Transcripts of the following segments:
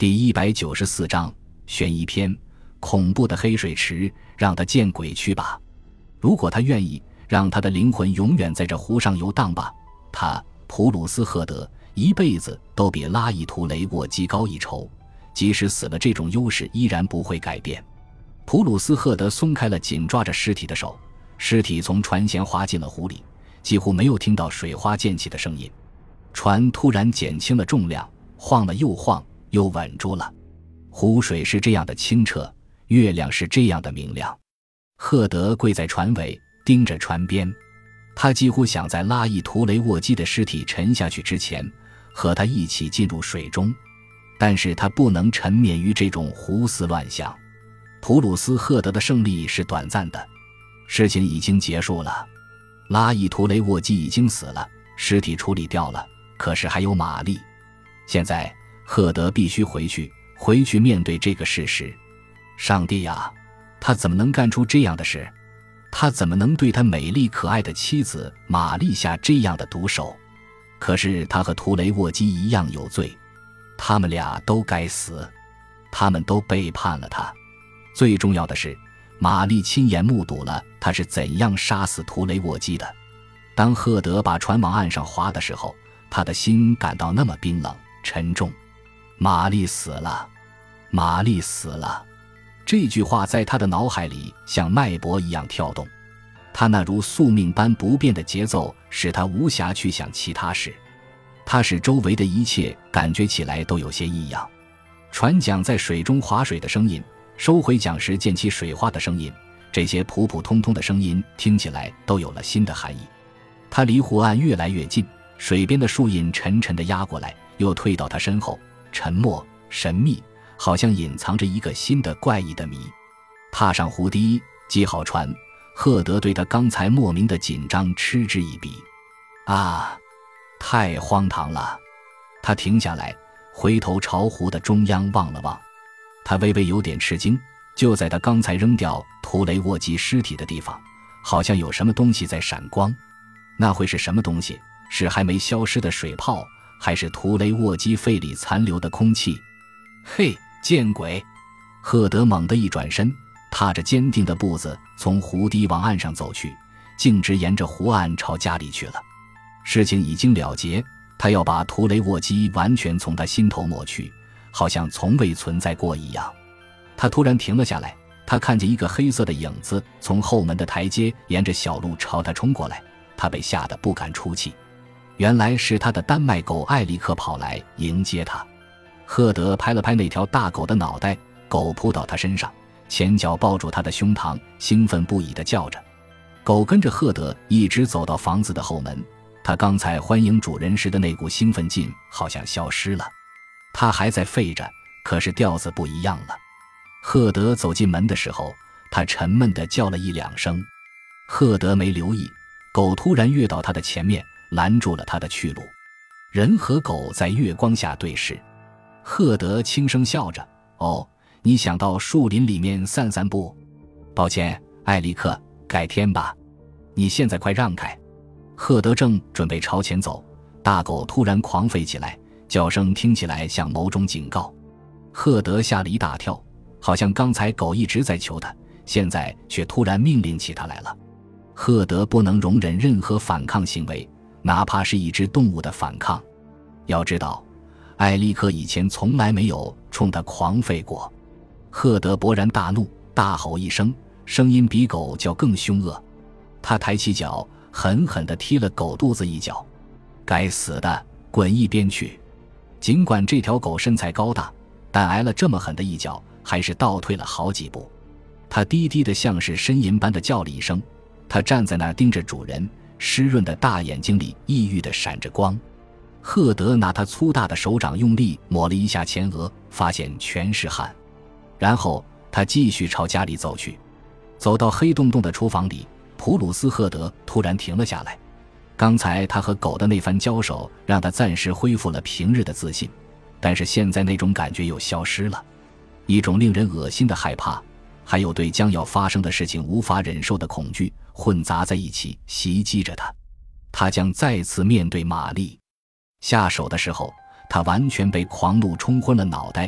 第194章悬疑篇，恐怖的黑水池，让他见鬼去吧！如果他愿意，让他的灵魂永远在这湖上游荡吧。他普鲁斯赫德一辈子都比拉伊图雷沃基高一筹，即使死了，这种优势依然不会改变。普鲁斯赫德松开了紧抓着尸体的手，尸体从船舷滑进了湖里，几乎没有听到水花溅起的声音。船突然减轻了重量，晃了又晃，又稳住了。湖水是这样的清澈，月亮是这样的明亮。赫德跪在船尾，盯着船边，他几乎想在拉伊图雷沃基的尸体沉下去之前和他一起进入水中，但是他不能沉湎于这种胡思乱想。普鲁斯赫德的胜利是短暂的，事情已经结束了。拉伊图雷沃基已经死了，尸体处理掉了，可是还有玛丽。现在赫德必须回去面对这个事实。上帝啊，他怎么能干出这样的事？他怎么能对他美丽可爱的妻子玛丽下这样的毒手？可是他和图雷沃基一样有罪，他们俩都该死，他们都背叛了他。最重要的是，玛丽亲眼目睹了他是怎样杀死图雷沃基的。当赫德把船往岸上划的时候，他的心感到那么冰冷沉重。玛丽死了，玛丽死了，这句话在他的脑海里像脉搏一样跳动，他那如宿命般不变的节奏使他无暇去想其他事，他使周围的一切感觉起来都有些异样。船桨在水中划水的声音，收回桨时溅起水花的声音，这些普普通通的声音听起来都有了新的含义。他离湖岸越来越近，水边的树荫沉沉地压过来，又退到他身后，沉默神秘，好像隐藏着一个新的怪异的谜。踏上湖堤，系好船，赫德对他刚才莫名的紧张嗤之以鼻。啊，太荒唐了！他停下来，回头朝湖的中央望了望。他微微有点吃惊，就在他刚才扔掉图雷沃基尸体的地方，好像有什么东西在闪光。那会是什么东西？是还没消失的水泡，还是图雷沃基肺里残留的空气？嘿，见鬼！赫德猛地一转身，踏着坚定的步子从湖堤往岸上走去，径直沿着湖岸朝家里去了。事情已经了结，他要把图雷沃基完全从他心头抹去，好像从未存在过一样。他突然停了下来，他看见一个黑色的影子从后门的台阶沿着小路朝他冲过来，他被吓得不敢出气。原来是他的丹麦狗艾利克跑来迎接他。赫德拍了拍那条大狗的脑袋，狗扑到他身上，前脚抱住他的胸膛，兴奋不已地叫着。狗跟着赫德一直走到房子的后门，他刚才欢迎主人时的那股兴奋劲好像消失了。他还在吠着，可是调子不一样了。赫德走进门的时候，他沉闷地叫了一两声。赫德没留意，狗突然跃到他的前面，拦住了他的去路。人和狗在月光下对视。赫德轻声笑着，哦，你想到树林里面散散步？抱歉，艾利克，改天吧。你现在快让开。赫德正准备朝前走，大狗突然狂吠起来，叫声听起来像某种警告。赫德吓了一大跳，好像刚才狗一直在求他，现在却突然命令起他来了。赫德不能容忍任何反抗行为，哪怕是一只动物的反抗。要知道，艾利克以前从来没有冲他狂吠过。赫德勃然大怒，大吼一声，声音比狗叫更凶恶。他抬起脚，狠狠地踢了狗肚子一脚。该死的，滚一边去！尽管这条狗身材高大，但挨了这么狠的一脚，还是倒退了好几步。他低低的像是呻吟般的叫了一声，他站在那儿盯着主人，湿润的大眼睛里抑郁地闪着光。赫德拿他粗大的手掌用力抹了一下前额，发现全是汗。然后他继续朝家里走去。走到黑洞洞的厨房里，普鲁斯赫德突然停了下来。刚才他和狗的那番交手让他暂时恢复了平日的自信，但是现在那种感觉又消失了。一种令人恶心的害怕，还有对将要发生的事情无法忍受的恐惧混杂在一起袭击着他。他将再次面对玛丽。下手的时候，他完全被狂怒冲昏了脑袋，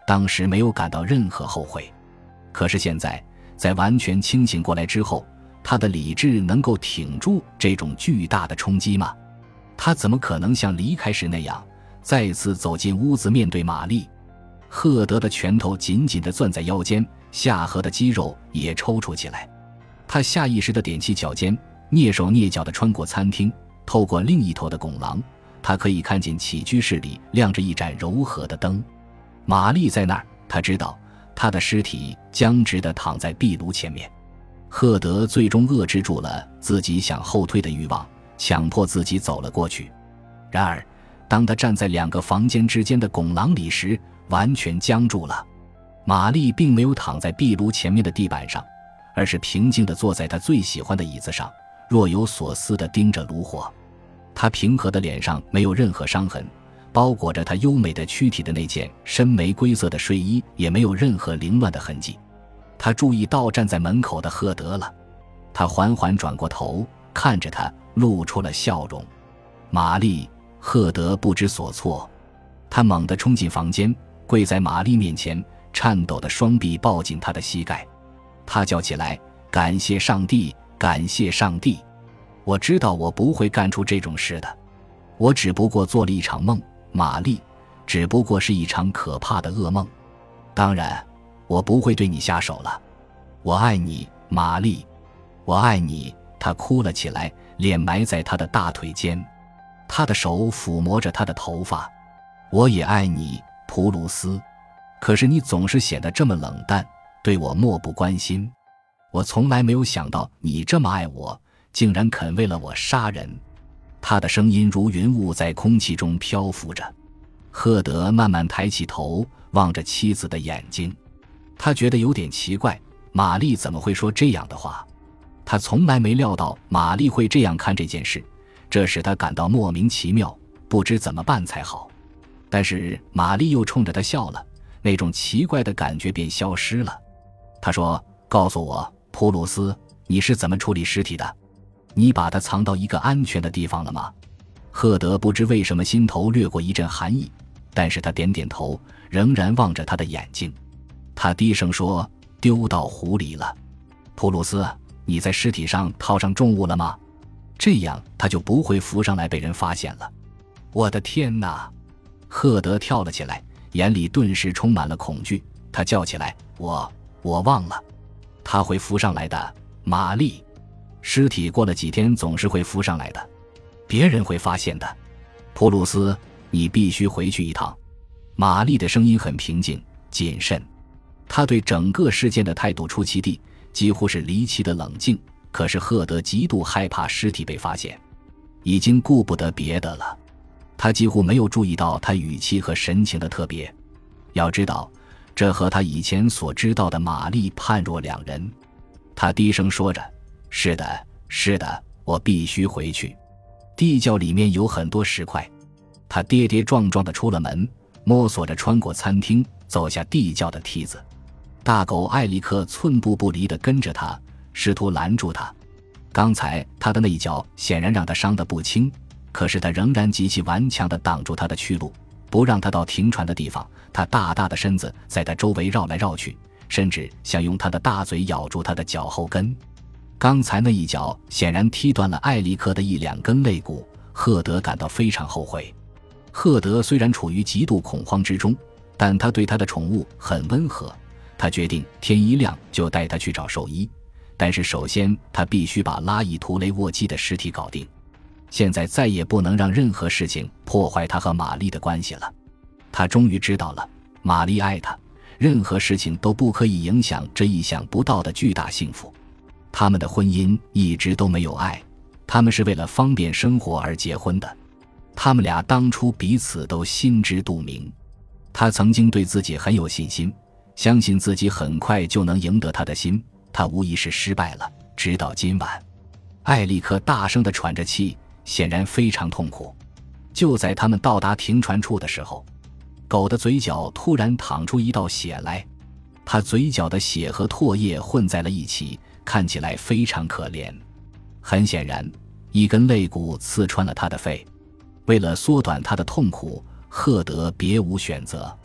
当时没有感到任何后悔。可是现在，在完全清醒过来之后，他的理智能够挺住这种巨大的冲击吗？他怎么可能像离开时那样再次走进屋子面对玛丽？赫德的拳头紧紧地攥在腰间，下颌的肌肉也抽搐起来。他下意识地踮起脚尖，蹑手蹑脚地穿过餐厅，透过另一头的拱廊，他可以看见起居室里亮着一盏柔和的灯。玛丽在那儿，他知道她的尸体僵直地躺在壁炉前面。赫德最终遏制住了自己想后退的欲望，强迫自己走了过去。然而当他站在2个房间之间的拱廊里时，完全僵住了。玛丽并没有躺在壁炉前面的地板上，而是平静地坐在她最喜欢的椅子上，若有所思地盯着炉火。她平和的脸上没有任何伤痕，包裹着她优美的躯体的那件深玫瑰色的睡衣也没有任何凌乱的痕迹。她注意到站在门口的赫德了，她缓缓转过头，看着他，露出了笑容。玛丽，赫德不知所措，他猛地冲进房间，跪在玛丽面前，颤抖的双臂抱紧她的膝盖。他叫起来：感谢上帝，感谢上帝！我知道我不会干出这种事的，我只不过做了一场梦，玛丽，只不过是一场可怕的噩梦。当然我不会对你下手了，我爱你，玛丽，我爱你。她哭了起来，脸埋在他的大腿间，他的手抚摸着她的头发。我也爱你，普鲁斯，可是你总是显得这么冷淡，对我漠不关心。我从来没有想到你这么爱我，竟然肯为了我杀人。他的声音如云雾在空气中漂浮着。赫德慢慢抬起头，望着妻子的眼睛，他觉得有点奇怪，玛丽怎么会说这样的话？他从来没料到玛丽会这样看这件事，这使他感到莫名其妙，不知怎么办才好。但是玛丽又冲着他笑了，那种奇怪的感觉便消失了。他说：告诉我，普鲁斯，你是怎么处理尸体的？你把它藏到一个安全的地方了吗？赫德不知为什么心头掠过一阵寒意，但是他点点头，仍然望着他的眼睛。他低声说：丢到湖里了。普鲁斯，你在尸体上套上重物了吗？这样他就不会浮上来被人发现了。我的天哪！赫德跳了起来，眼里顿时充满了恐惧。他叫起来：我忘了，他会浮上来的，玛丽。尸体过了几天总是会浮上来的，别人会发现的。普鲁斯，你必须回去一趟。玛丽的声音很平静谨慎，她对整个事件的态度出奇地，几乎是离奇的冷静。可是赫德极度害怕尸体被发现，已经顾不得别的了。他几乎没有注意到他语气和神情的特别，要知道这和他以前所知道的玛丽判若两人。他低声说着：是的，是的，我必须回去。地窖里面有很多石块。他跌跌撞撞地出了门，摸索着穿过餐厅，走下地窖的梯子。大狗艾利克寸步不离地跟着他，试图拦住他。刚才他的那一脚显然让他伤得不轻，可是他仍然极其顽强地挡住他的去路，不让他到停船的地方。他大大的身子在他周围绕来绕去，甚至想用他的大嘴咬住他的脚后跟。刚才那一脚显然踢断了艾利克的1-2根肋骨，赫德感到非常后悔。赫德虽然处于极度恐慌之中，但他对他的宠物很温和。他决定天一亮就带他去找兽医，但是首先他必须把拉伊图雷沃基的尸体搞定。现在再也不能让任何事情破坏他和玛丽的关系了。他终于知道了，玛丽爱他，任何事情都不可以影响这意想不到的巨大幸福。他们的婚姻一直都没有爱，他们是为了方便生活而结婚的。他们俩当初彼此都心知肚明。他曾经对自己很有信心，相信自己很快就能赢得他的心，他无疑是失败了。直到今晚，艾利克大声地喘着气，显然非常痛苦。就在他们到达停船处的时候，狗的嘴角突然淌出一道血来，他嘴角的血和唾液混在了一起，看起来非常可怜。很显然，一根肋骨刺穿了他的肺。为了缩短他的痛苦，赫德别无选择。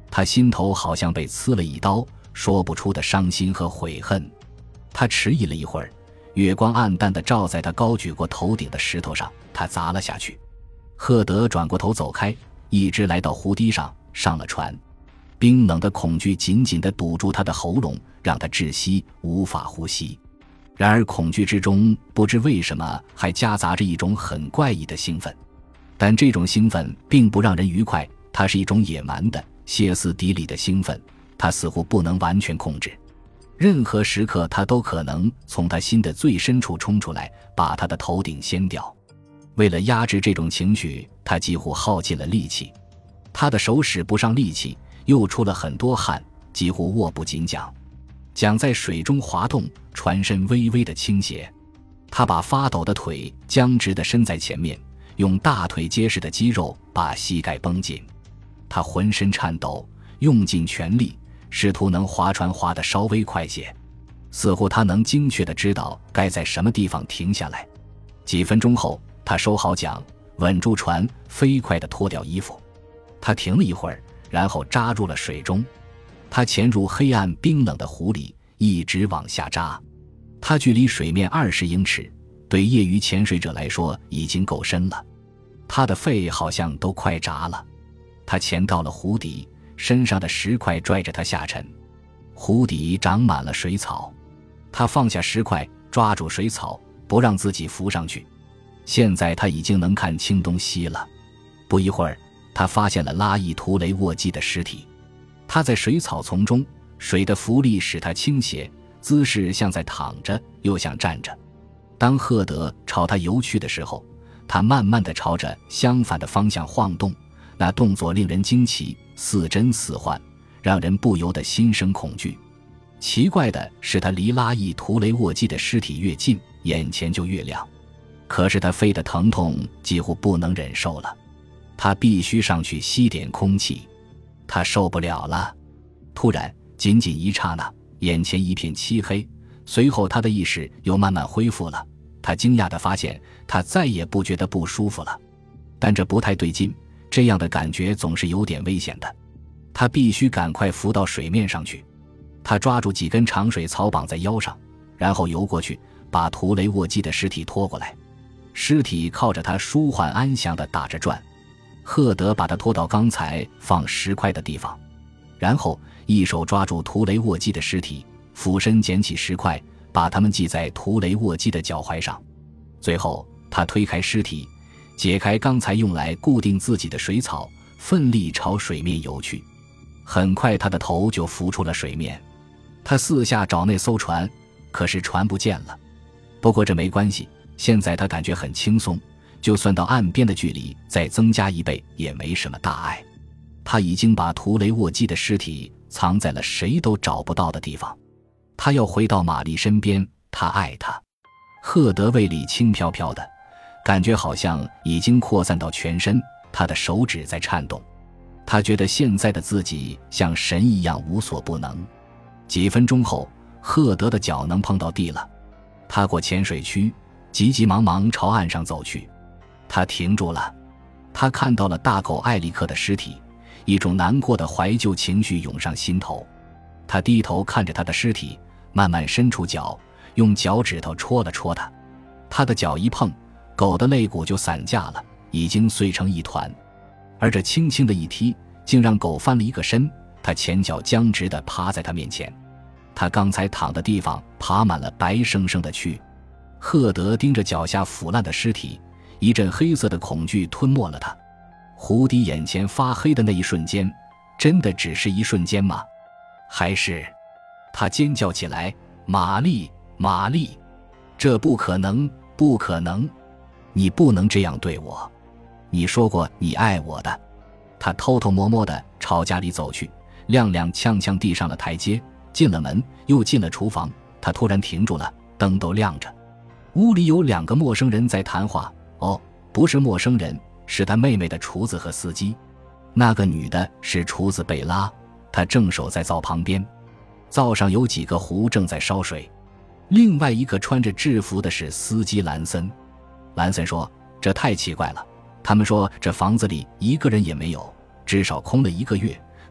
他心头好像被刺了一刀，说不出的伤心和悔恨。他迟疑了一会儿，月光暗淡地照在他高举过头顶的石头上，他砸了下去。赫德转过头走开，一直来到湖堤上，上了船。冰冷的恐惧紧紧地堵住他的喉咙，让他窒息，无法呼吸。然而恐惧之中不知为什么还夹杂着一种很怪异的兴奋，但这种兴奋并不让人愉快，它是一种野蛮的歇斯底里的兴奋，它似乎不能完全控制，任何时刻它都可能从他心的最深处冲出来，把他的头顶掀掉。为了压制这种情绪，他几乎耗尽了力气，他的手使不上力气，又出了很多汗，几乎握不紧桨。桨在水中滑动，船身微微的倾斜。他把发抖的腿僵直地伸在前面，用大腿结实的肌肉把膝盖绷紧。他浑身颤抖，用尽全力，试图能划船划得稍微快些。似乎他能精确地知道该在什么地方停下来。几分钟后，他收好桨，稳住船，飞快地脱掉衣服。他停了一会儿，然后扎入了水中。他潜入黑暗冰冷的湖里，一直往下扎。他距离水面20英尺，对业余潜水者来说已经够深了。他的肺好像都快炸了。他潜到了湖底，身上的石块拽着他下沉。湖底长满了水草。他放下石块，抓住水草，不让自己浮上去。现在他已经能看清东西了。不一会儿，他发现了拉伊图雷沃基的尸体。他在水草丛中，水的浮力使他倾斜，姿势像在躺着，又像站着。当赫德朝他游去的时候，他慢慢地朝着相反的方向晃动，那动作令人惊奇，似真似幻，让人不由得心生恐惧。奇怪的是，他离拉伊图雷沃基的尸体越近，眼前就越亮。可是他肺的疼痛几乎不能忍受了，他必须上去吸点空气。他受不了了。突然，仅仅一刹那，眼前一片漆黑，随后他的意识又慢慢恢复了。他惊讶地发现，他再也不觉得不舒服了。但这不太对劲，这样的感觉总是有点危险的。他必须赶快浮到水面上去。他抓住几根长水草绑在腰上，然后游过去，把图雷沃基的尸体拖过来。尸体靠着他舒缓安详地打着转。赫德把他拖到刚才放石块的地方，然后一手抓住图雷沃基的尸体，俯身捡起石块，把它们系在图雷沃基的脚踝上。最后他推开尸体，解开刚才用来固定自己的水草，奋力朝水面游去。很快他的头就浮出了水面。他四下找那艘船，可是船不见了。不过这没关系，现在他感觉很轻松，就算到岸边的距离再增加1倍也没什么大碍。他已经把图雷沃基的尸体藏在了谁都找不到的地方。他要回到玛丽身边，他爱她。赫德胃里轻飘飘的，感觉好像已经扩散到全身，他的手指在颤动。他觉得现在的自己像神一样无所不能。几分钟后，赫德的脚能碰到地了。他过浅水区，急急忙忙朝岸上走去。他停住了。他看到了大狗艾利克的尸体，一种难过的怀旧情绪涌上心头。他低头看着他的尸体，慢慢伸出脚，用脚趾头戳了戳它。他的脚一碰，狗的肋骨就散架了，已经碎成一团。而这轻轻的一踢，竟让狗翻了一个身，他前脚僵直地趴在他面前。他刚才躺的地方爬满了白生生的蛆。赫德盯着脚下腐烂的尸体，一阵黑色的恐惧吞没了他。湖底眼前发黑的那一瞬间，真的只是一瞬间吗？还是……他尖叫起来，玛丽，玛丽，这不可能，不可能，你不能这样对我，你说过你爱我的。他偷偷摸摸地朝家里走去，踉踉跄跄地上了台阶，进了门，又进了厨房。他突然停住了，灯都亮着。屋里有2个陌生人在谈话。哦，不是陌生人，是他妹妹的厨子和司机。那个女的是厨子贝拉，她正守在灶旁边，灶上有几个壶正在烧水。另外一个穿着制服的是司机兰森。兰森说，这太奇怪了，他们说这房子里一个人也没有，至少空了1个月，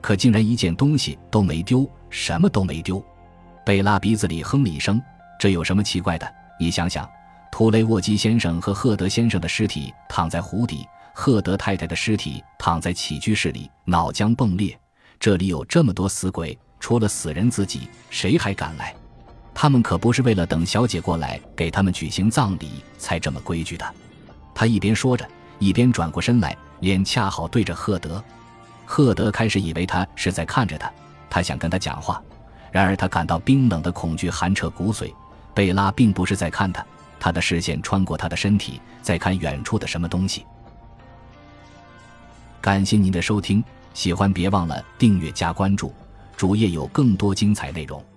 可竟然一件东西都没丢，什么都没丢。贝拉鼻子里哼了一声，这有什么奇怪的？你想想，图雷沃基先生和赫德先生的尸体躺在湖底，赫德太太的尸体躺在起居室里，脑浆迸裂。这里有这么多死鬼，除了死人自己，谁还敢来？他们可不是为了等小姐过来给他们举行葬礼才这么规矩的。他一边说着，一边转过身来，脸恰好对着赫德。赫德开始以为他是在看着他，他想跟他讲话，然而他感到冰冷的恐惧寒彻骨髓。贝拉并不是在看他，他的视线穿过他的身体，在看远处的什么东西。感谢您的收听，喜欢别忘了订阅加关注，主页有更多精彩内容。